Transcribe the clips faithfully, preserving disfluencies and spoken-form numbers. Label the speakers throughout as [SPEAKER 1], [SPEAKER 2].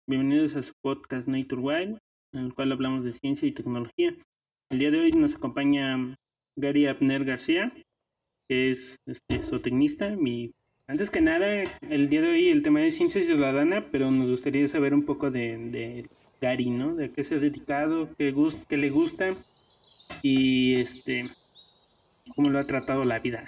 [SPEAKER 1] Bienvenidos a su podcast Nature Wild, en el cual hablamos de ciencia y tecnología. El día de hoy nos acompaña Gary Abner García, que es este, zootecnista. Mi... Antes que nada, el día de hoy el tema es ciencia ciudadana, pero nos gustaría saber un poco de, de Gary, ¿no? De qué se ha dedicado, qué, gust qué le gusta y este cómo lo ha tratado la vida.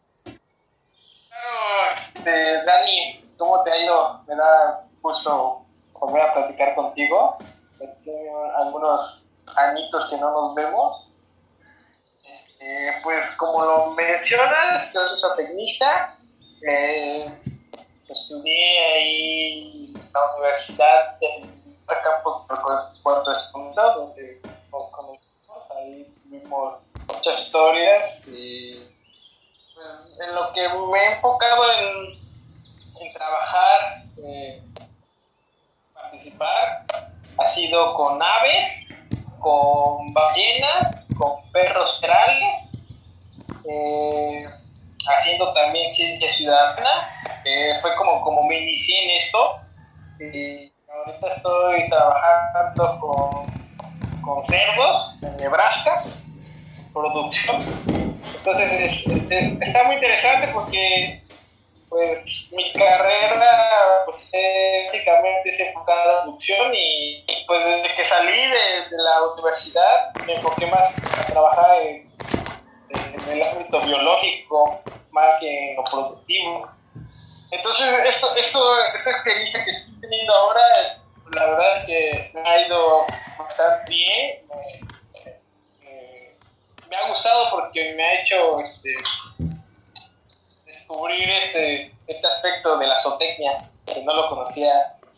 [SPEAKER 2] Claro, este, Dani, ¿cómo te ha ido? Me da gusto volver a platicar contigo. Tiene algunos añitos que no nos vemos. Eh, pues como lo mencionas, yo soy zootecnista. Eh, estudié ahí en la universidad en Campus Puerto Escondido, donde nos conocimos. Ahí vimos muchas historias y en lo que me he enfocado en, en trabajar, eh, participar, ha sido con aves, con ballenas, con perros ferales, eh, haciendo también ciencia ciudadana. Eh, fue como, como me inicié en esto. Y ahorita estoy trabajando con, con cerdos en Nebraska, producción. Entonces es, es, está muy interesante porque pues mi carrera pues, es, básicamente es enfocada a la producción y pues desde que salí de, de la universidad me enfoqué más a trabajar en, en el ámbito biológico más que en lo productivo. Entonces esto, esto, esta experiencia que estoy teniendo ahora, la verdad es que me ha ido bastante bien. Me, me, me ha gustado porque me ha hecho este, descubrir este, este aspecto de la zootecnia que no lo conocía.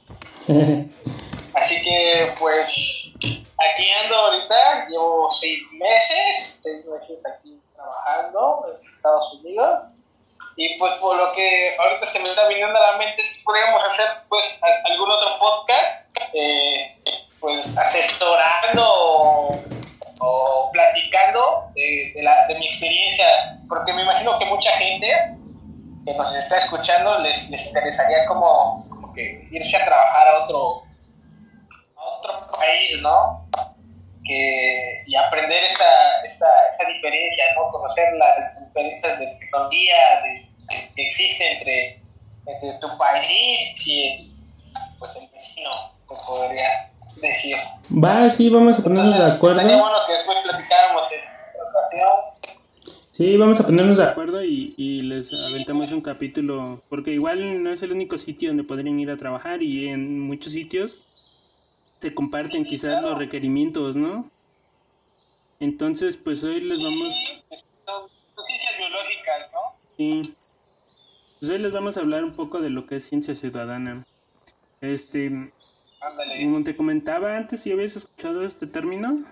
[SPEAKER 2] Así que pues aquí ando ahorita, llevo seis meses, seis meses aquí trabajando en Estados Unidos. Y pues por lo que ahorita se me está viniendo a la mente, podríamos hacer pues algún otro podcast, eh, pues asesorando o, o platicando de, de, la, de mi experiencia, porque me imagino que mucha gente que nos está escuchando les, les interesaría como, como que irse a trabajar a otro, a otro país, ¿no? Que, y aprender esta, esta, esta diferencia, ¿no? Conocer las diferencias de tecnología de, de, que existe entre, entre tu país y pues, el vecino, se podría decir.
[SPEAKER 1] Va, sí, vamos a ponernos de
[SPEAKER 2] Entonces, estaría
[SPEAKER 1] acuerdo.
[SPEAKER 2] bueno que después platicáramos en esta ocasión.
[SPEAKER 1] Sí, vamos a ponernos de acuerdo y, y les aventamos un capítulo, porque igual no es el único sitio donde podrían ir a trabajar y en muchos sitios se comparten
[SPEAKER 2] Sí,
[SPEAKER 1] quizás los
[SPEAKER 2] claro.
[SPEAKER 1] requerimientos, ¿no? Entonces, pues hoy les vamos,
[SPEAKER 2] Sí, son, son ciencias biológicas, ¿no?
[SPEAKER 1] sí, pues hoy les vamos a hablar un poco de lo que es ciencia ciudadana. Este,
[SPEAKER 2] Ándale.
[SPEAKER 1] como te comentaba antes, si habías escuchado este término.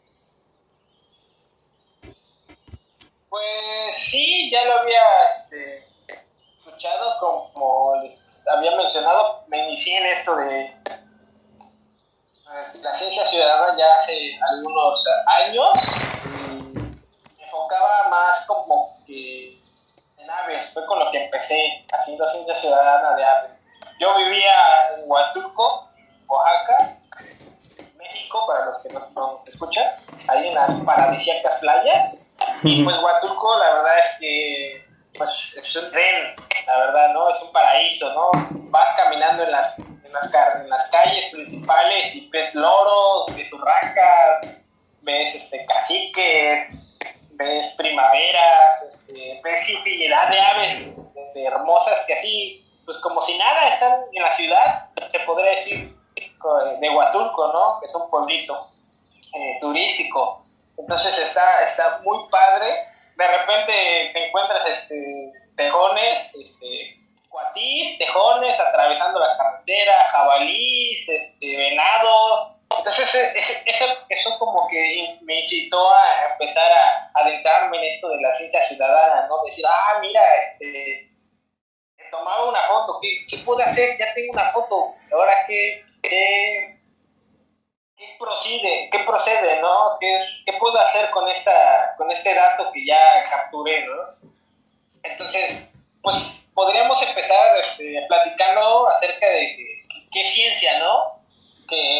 [SPEAKER 2] Pues sí, ya lo había este, escuchado, como les había mencionado, me inicié en esto de pues, la ciencia ciudadana ya hace algunos años y me enfocaba más como que en aves, fue con lo que empecé haciendo ciencia ciudadana de aves. Yo vivía en Huatulco, Oaxaca, México, para los que no, no nos escuchan, ahí en las paradisíacas playas. Y pues Huatulco, la verdad es que pues, es un tren, la verdad, ¿no? Es un paraíso, ¿no? Vas caminando en las, en las, en las calles principales y ves loros, ves urracas, ves este, caciques, ves primaveras, este, ves infinidad de aves este, hermosas que así, pues como si nada están en la ciudad, se podría decir, de Huatulco, ¿no? Que es un pueblito eh, turístico. Entonces está, está muy padre. De repente te encuentras este, tejones, este, cuatís, tejones atravesando la carretera, jabalís, este, venados. Entonces eso, eso como que me incitó a empezar a adentrarme en esto de la ciencia ciudadana, ¿no? Decir, ah, mira, este, he tomado una foto, ¿qué, qué puedo hacer? Ya tengo una foto, ahora qué, qué, qué procede, qué procede, ¿no? ¿Qué, qué puedo hacer con esta, con este dato que ya capturé, ¿no? Entonces, pues podríamos empezar este, platicando acerca de qué, qué ciencia, ¿no?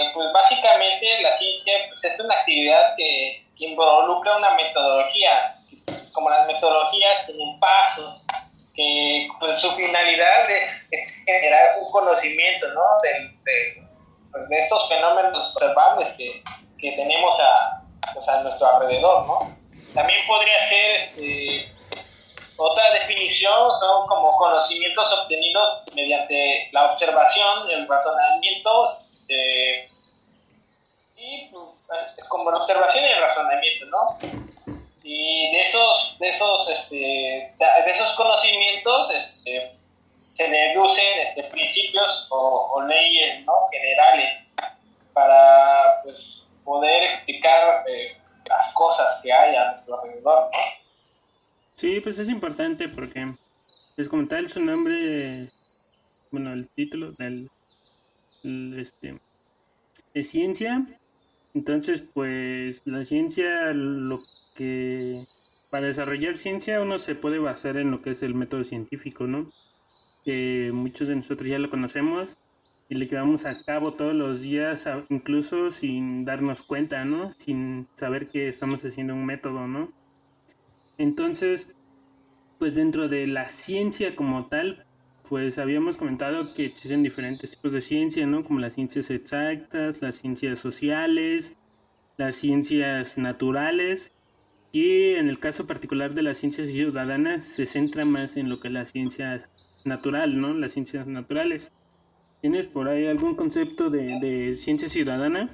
[SPEAKER 2] pues básicamente la ciencia pues, es una actividad que, que involucra una metodología. Como las metodologías tienen pasos, que pues, su finalidad es, es generar un conocimiento, ¿no? de, de, pues, de estos fenómenos observables que, que tenemos a, pues, a nuestro alrededor, ¿no? También podría ser este, otra definición, son como conocimientos obtenidos mediante la observación, el razonamiento, eh, y pues, como la observación y el razonamiento, ¿no? Y de esos, de esos, este, de esos conocimientos este, se deducen este, principios o, o leyes, ¿no? generales para pues, poder explicar eh, las cosas que hay a nuestro alrededor, ¿no?
[SPEAKER 1] Sí, pues es importante porque, pues como tal, su nombre, bueno, el título del, el, este, es ciencia. Entonces, pues la ciencia, lo que, para desarrollar ciencia uno se puede basar en lo que es el método científico, ¿no? Que muchos de nosotros ya lo conocemos y le llevamos a cabo todos los días, incluso sin darnos cuenta, ¿no? Sin saber que estamos haciendo un método, ¿no? Entonces, pues dentro de la ciencia como tal, pues habíamos comentado que existen diferentes tipos de ciencia, ¿no? Como las ciencias exactas, las ciencias sociales, las ciencias naturales, y en el caso particular de las ciencias ciudadanas se centra más en lo que es la ciencia natural, ¿no? Las ciencias naturales. ¿Tienes por ahí algún concepto de, de ciencia ciudadana?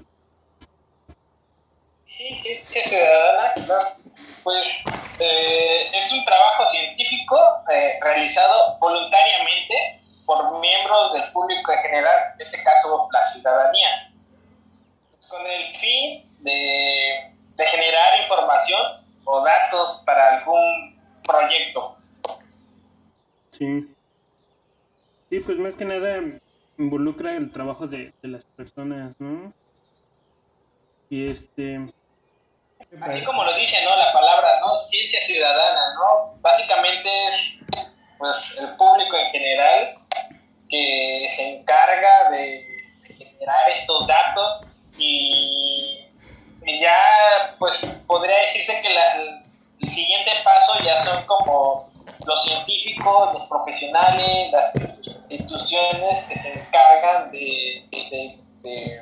[SPEAKER 2] Sí, ciencia ciudadana, claro. Pues eh, es un trabajo científico eh, realizado voluntariamente por miembros del público en general, en este caso la ciudadanía, con el fin de, de generar información o datos para algún proyecto.
[SPEAKER 1] Sí. Sí, pues más que nada involucra el trabajo de, de las personas, ¿no? Y este...
[SPEAKER 2] Así como lo dice, ¿no? La palabra, ¿no? Ciencia ciudadana, ¿no? Básicamente es pues, el público en general que se encarga de, de generar estos datos y, y ya pues podría decirse que la, el, el siguiente paso ya son como los científicos, los profesionales, las instituciones que se encargan de, de, de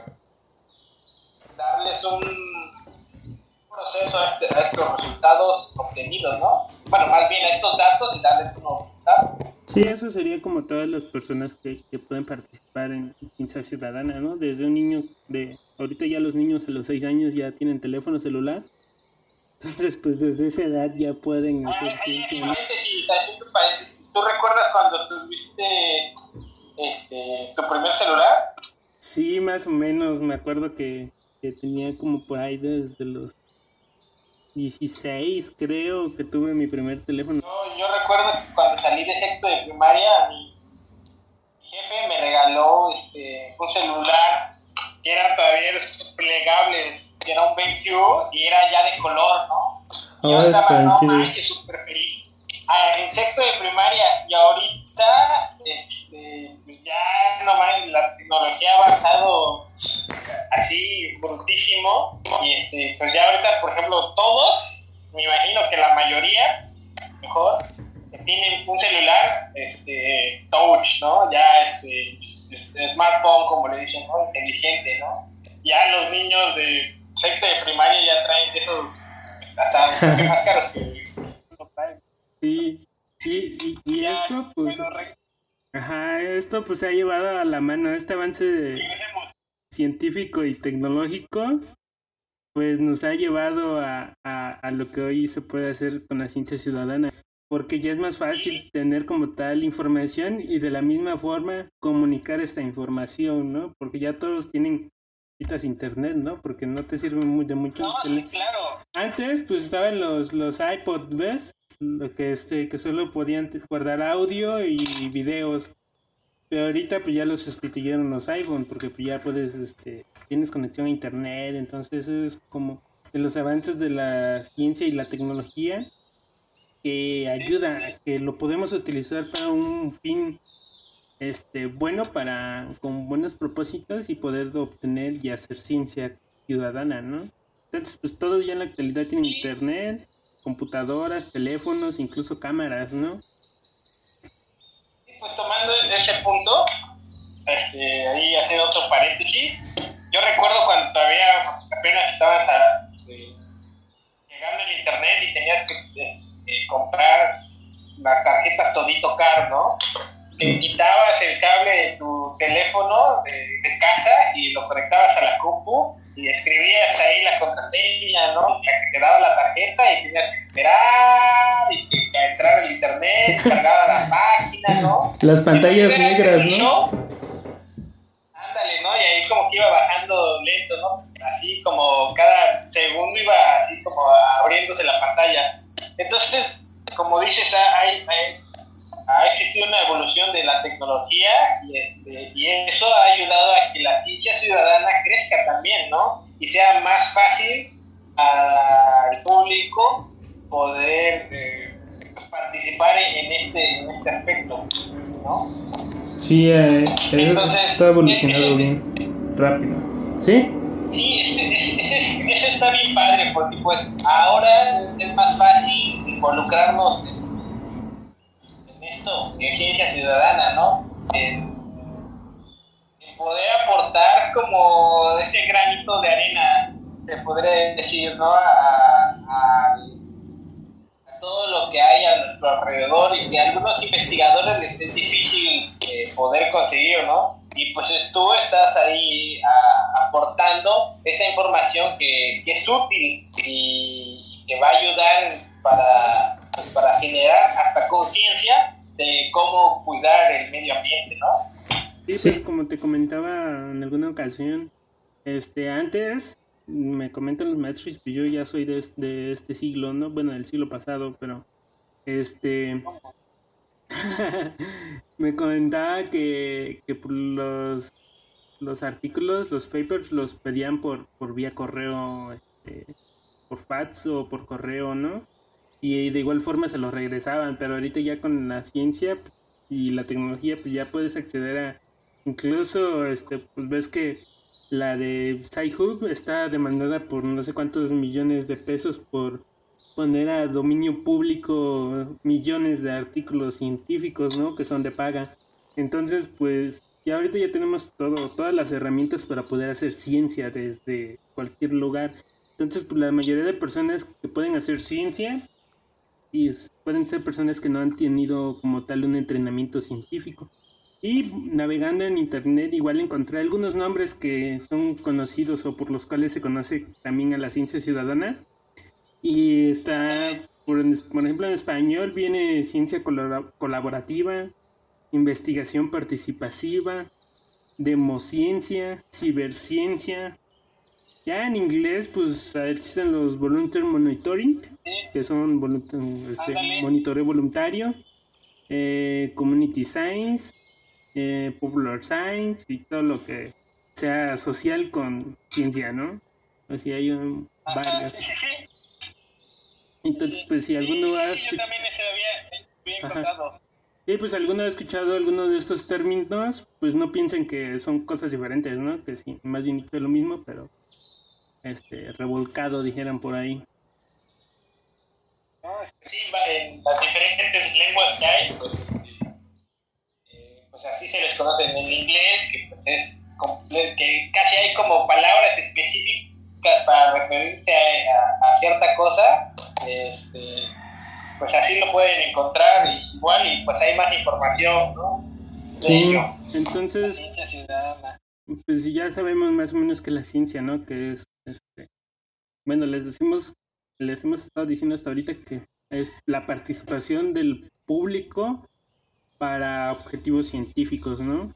[SPEAKER 2] darles un proceso a, este, a estos resultados obtenidos, ¿no? Bueno, más bien a estos datos y darles unos resultados.
[SPEAKER 1] Sí, eso sería como todas las personas que, que pueden participar en ciencia ciudadana, ¿no? Desde un niño de... Ahorita ya los niños a los seis años ya tienen teléfono celular. Entonces, pues desde esa edad ya pueden hacer ciencia, ¿no?
[SPEAKER 2] ¿Tú recuerdas cuando tuviste este, tu primer celular?
[SPEAKER 1] Sí, más o menos. Me acuerdo que, que tenía como por ahí desde los dieciséis, creo, que tuve mi primer teléfono.
[SPEAKER 2] No, yo recuerdo que cuando salí de sexto de primaria, mi jefe me regaló este, un celular que era todavía plegable, que era un BenQ y era ya de color, ¿no? Y yo estaba, no manches, súper feliz. Ah, en sexto de primaria, y ahorita, este, pues ya no manches, la tecnología ha avanzado así brutísimo, y este, pues ya ahorita, por ejemplo, todos, me imagino que la mayoría, mejor, tienen un celular este, touch, ¿no? Ya este, este, smartphone, como le dicen, ¿no? Inteligente, ¿no? Ya los niños de sexto de primaria ya traen esos hasta más caros que no traen.
[SPEAKER 1] Sí, y, y, y
[SPEAKER 2] ya,
[SPEAKER 1] esto, pues,
[SPEAKER 2] bueno, re...
[SPEAKER 1] ajá, esto pues ha llevado a la mano este avance científico y tecnológico, pues nos ha llevado a, a, a lo que hoy se puede hacer con la ciencia ciudadana, porque ya es más fácil tener como tal información y de la misma forma comunicar esta información, ¿no? Porque ya todos tienen citas internet, ¿no? Porque no te sirve muy, de mucho.
[SPEAKER 2] No, sí, claro.
[SPEAKER 1] Antes, pues estaban los, los iPod, ¿ves? Lo que, este, que solo podían guardar audio y videos. Pero ahorita pues ya los sustituyeron los iPhone, porque pues ya puedes, este, tienes conexión a internet, entonces eso es como de los avances de la ciencia y la tecnología que ayuda a que lo podemos utilizar para un fin este bueno para con buenos propósitos y poder obtener y hacer ciencia ciudadana, ¿no? Entonces, pues todos ya en la actualidad tienen internet, computadoras, teléfonos, incluso cámaras, ¿no?
[SPEAKER 2] Pues tomando ese punto, este, ahí hacer otro paréntesis, yo recuerdo cuando todavía apenas estabas a, eh, llegando el internet y tenías que eh, eh, comprar las tarjetas Todito Card, ¿no? Que quitabas el cable de tu teléfono de, de casa y lo conectabas a la compu y escribías ahí la contraseña, ¿no? La que te daba la tarjeta y tenías que esperar y que, que entrar el internet, cargaba la página, ¿no?
[SPEAKER 3] Las pantallas negras, ¿no?
[SPEAKER 2] Ándale, ¿no? Y ahí como que iba bajando lento, ¿no? Así como cada segundo iba así como abriéndose la pantalla. Entonces, como dices, hay, hay, ha existido una evolución de la tecnología y, este, y eso ha ayudado a que la ciencia ciudadana crezca también, ¿no? Y sea más fácil al público poder eh, participar en este, en este aspecto, ¿no?
[SPEAKER 3] Sí, eh,
[SPEAKER 2] Entonces,
[SPEAKER 3] está evolucionando
[SPEAKER 2] es,
[SPEAKER 3] bien rápido. ¿Sí?
[SPEAKER 2] Sí, es, es, eso está bien padre, porque pues ahora es más fácil involucrarnos en esto, en ciencia ciudadana, ¿no? En, en poder aportar como ese granito de arena, se podría decir, ¿no? A, a, a todo lo que hay a nuestro alrededor y que a algunos investigadores les es difícil eh, poder conseguir, ¿no? Y pues tú estás ahí a, aportando esa información que, que es útil y que va a ayudar para, pues, para generar hasta conciencia de cómo cuidar el medio ambiente, ¿no?
[SPEAKER 1] Sí, pues como te comentaba en alguna ocasión, este antes me comentan los maestros, pues yo ya soy de, de este siglo, ¿no? Bueno, del siglo pasado, pero este me comentaba que, que por los los artículos, los papers los pedían por por vía correo, este, por fax o por correo, ¿no? Y de igual forma se los regresaban, pero ahorita ya con la ciencia y la tecnología pues ya puedes acceder a incluso este pues ves que la de Sci-Hub está demandada por no sé cuántos millones de pesos por poner a dominio público millones de artículos científicos, ¿no? Que son de paga. Entonces, pues ya ahorita ya tenemos todo, todas las herramientas para poder hacer ciencia desde cualquier lugar. Entonces, pues la mayoría de personas que pueden hacer ciencia y es, pueden ser personas que no han tenido como tal un entrenamiento científico. Y navegando en internet igual encontré algunos nombres que son conocidos o por los cuales se conoce también a la ciencia ciudadana. Y está, por, por ejemplo, en español viene ciencia colaborativa, investigación participativa, demociencia, ciberciencia. Ya en inglés, pues existen los Volunteer Monitoring, que son este, monitoreo voluntario, eh, Community Science, eh, Popular Science y todo lo que sea social con ciencia, ¿no? Así hay um, varias. Entonces, pues si alguno ha
[SPEAKER 2] escuchado... Yo también ese había bien contado.
[SPEAKER 1] Sí, pues alguno ha escuchado alguno de estos términos, pues no piensen que son cosas diferentes, ¿no? Que sí, más bien es lo mismo, pero este revolcado, dijeran por ahí.
[SPEAKER 2] No, sí, en las diferentes lenguas que hay, pues, eh, pues así se les conoce en el inglés, que pues es completo, que casi hay como palabras específicas para referirse a, a, a cierta cosa, este, pues así lo pueden encontrar igual y pues hay más información, ¿no? De
[SPEAKER 1] sí,
[SPEAKER 2] ello.
[SPEAKER 1] Entonces, pues ya sabemos más o menos que la ciencia, ¿no? Que es, este, bueno, les decimos, les hemos estado diciendo hasta ahorita que es la participación del público para objetivos científicos, ¿no?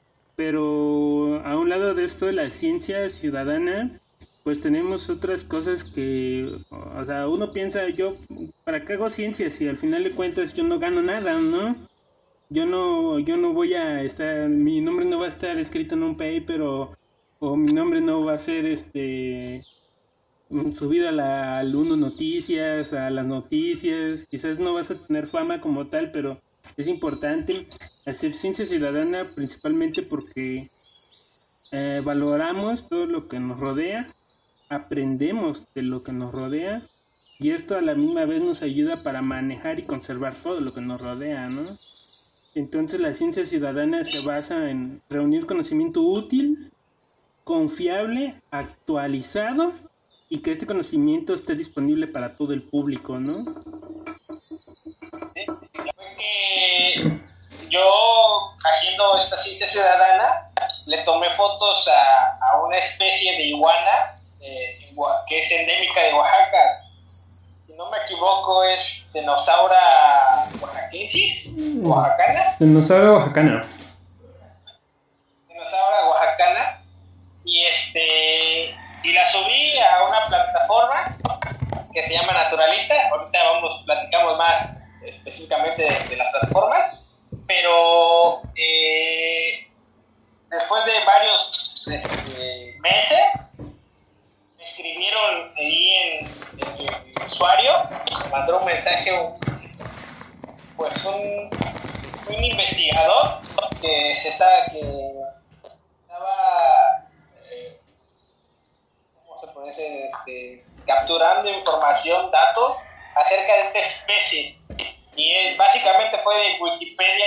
[SPEAKER 1] Pero a un lado de esto de la ciencia ciudadana, pues tenemos otras cosas que, o sea, uno piensa, yo, ¿para qué hago ciencia si al final de cuentas yo no gano nada, ¿no? Yo no, yo no voy a estar, mi nombre no va a estar escrito en un paper o, o mi nombre no va a ser este subido a la al Uno Noticias, a las noticias, quizás no vas a tener fama como tal, pero es importante. hacer ciencia ciudadana principalmente porque eh, valoramos todo lo que nos rodea, aprendemos de lo que nos rodea y esto a la misma vez nos ayuda para manejar y conservar todo lo que nos rodea, ¿no? Entonces la ciencia ciudadana se basa en reunir conocimiento útil, confiable, actualizado y que este conocimiento esté disponible para todo el público, ¿no?
[SPEAKER 2] Sí, que yo, haciendo esta ciencia ciudadana, le tomé fotos a, a una especie de iguana eh, que es endémica de Oaxaca. Si no me equivoco, es Denosaura oaxaquensis, oaxacana.
[SPEAKER 3] Dinosaurio oaxacana.
[SPEAKER 2] Denosaura oaxacana. Y este y la subí a una plataforma que se llama Naturalista. Ahorita vamos, platicamos más específicamente de, de las plataformas, pero eh, después de varios este, meses me escribieron ahí en, en mi usuario, me mandó un mensaje un, pues un, un investigador que se está que estaba eh, ¿cómo se puede decir? Este, capturando información, datos acerca de esta especie. Y es, básicamente fue de Wikipedia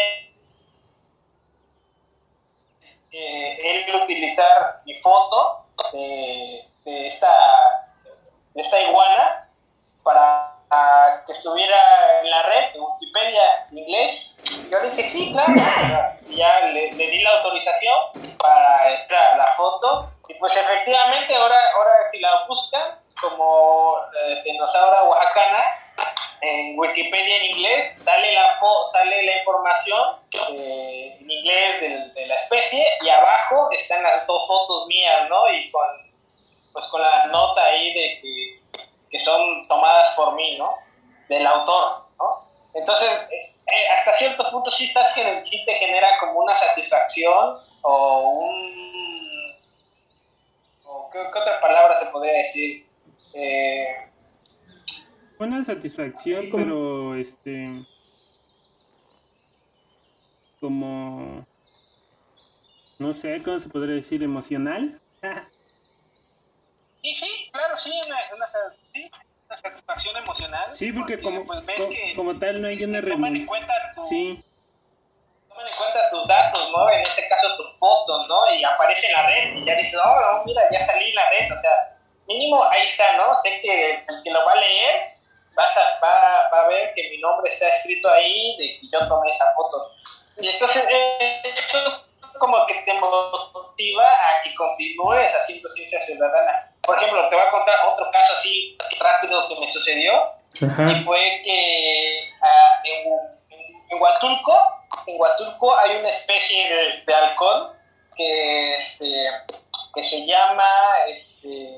[SPEAKER 2] eh, él utilizar mi foto de, de, esta, de esta iguana para a, que estuviera en la red de Wikipedia en inglés. Yo dije sí, claro, y ya le, le di la autorización para extraer la foto y pues efectivamente ahora, ahora si la buscan como eh, Denosaura oaxacana en Wikipedia en inglés sale la fo- sale la información eh, en inglés de, de la especie y abajo están las dos fotos mías, ¿no? Y con pues con la nota ahí de que, que son tomadas por mí, ¿no? Del autor, ¿no? Entonces eh, eh, hasta cierto punto sí estás que sí te genera como una satisfacción o un o ¿qué, qué otra palabra se podría decir? Eh,
[SPEAKER 1] Una satisfacción,
[SPEAKER 3] Sí, como-
[SPEAKER 1] pero este como no sé cómo se podría decir, emocional.
[SPEAKER 2] Sí, sí, claro, sí, una, una, sí, una satisfacción emocional.
[SPEAKER 1] Sí, porque como
[SPEAKER 2] pues, ves
[SPEAKER 1] co-
[SPEAKER 2] que
[SPEAKER 1] como tal no hay una
[SPEAKER 2] toman en
[SPEAKER 1] remuneración.
[SPEAKER 2] cuenta tu,
[SPEAKER 1] Sí,
[SPEAKER 2] toman en cuenta tus datos, ¿no? En este caso tus fotos, ¿no? Y aparece en la red y ya dices, oh, no, mira, ya salí en la red, o sea, mínimo ahí está, ¿no? Sé que el que lo va a leer va a, va, va a ver que mi nombre está escrito ahí, de que yo tomé esa foto. Y entonces, eh, esto como que te motiva a que continúes haciendo ciencia ciudadana. Por ejemplo, te voy a contar otro caso así rápido que me sucedió.
[SPEAKER 3] Ajá.
[SPEAKER 2] Y fue que uh, en, en, en Huatulco, en Huatulco hay una especie de, de halcón que, este, que se llama este,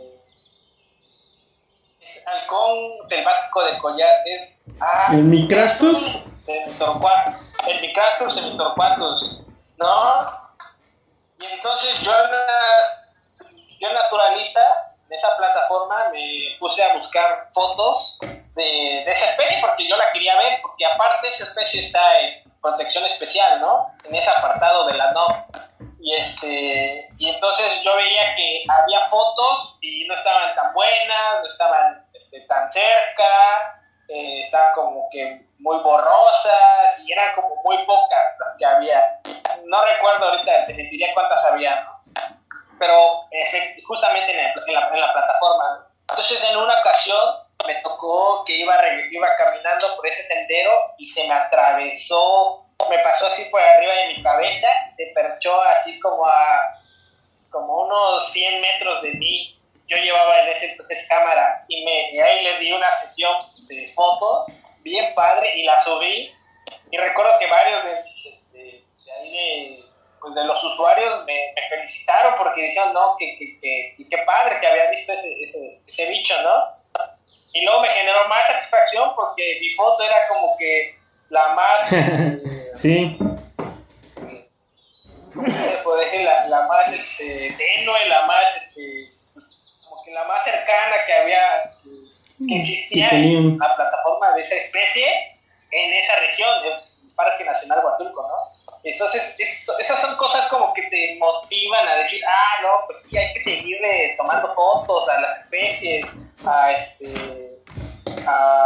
[SPEAKER 2] es halcón selvático de collar. Es, ah,
[SPEAKER 3] ¿El Micrastus?
[SPEAKER 2] El Torcuatus, el Micrastus, el Torcuatus, ¿no? Y entonces yo, yo naturalista, en esa plataforma, me puse a buscar fotos de, de esa especie porque yo la quería ver, porque aparte esa especie está en protección especial, ¿no? En ese apartado de la N O M. Y, este, y entonces yo veía que había fotos y no estaban tan buenas, no estaban este, tan cerca, eh, estaban como que muy borrosas y eran como muy pocas las que había. No recuerdo ahorita, te diría cuántas había, ¿no? Pero eh, justamente en, el, en, la, en la plataforma, ¿no? Entonces en una ocasión me tocó que iba, iba caminando por ese sendero y se me atravesó, me pasó así por arriba de mi cabeza, se perchó así como a como unos cien metros de mí. Yo llevaba en ese entonces cámara y, me, y ahí les di una sesión de fotos bien padre y la subí. Y recuerdo que varios de, de, de ahí de, pues de los usuarios me, me felicitaron porque dijeron, no, que, que, que, que, que padre que había visto ese, ese, ese bicho, ¿no? Y luego me generó más satisfacción porque mi foto era como que la más... eh,
[SPEAKER 3] Sí.
[SPEAKER 2] ¿Cómo se puede decir? La, la más este, tenue, la más... Este, como que la más cercana que había... que existía en la plataforma de esa especie en esa región, el Parque Nacional Huatulco, ¿no? Entonces, eso, esas son cosas como que te motivan a decir, ah, no, pues sí, hay que seguirle tomando fotos a las especies, a, este, a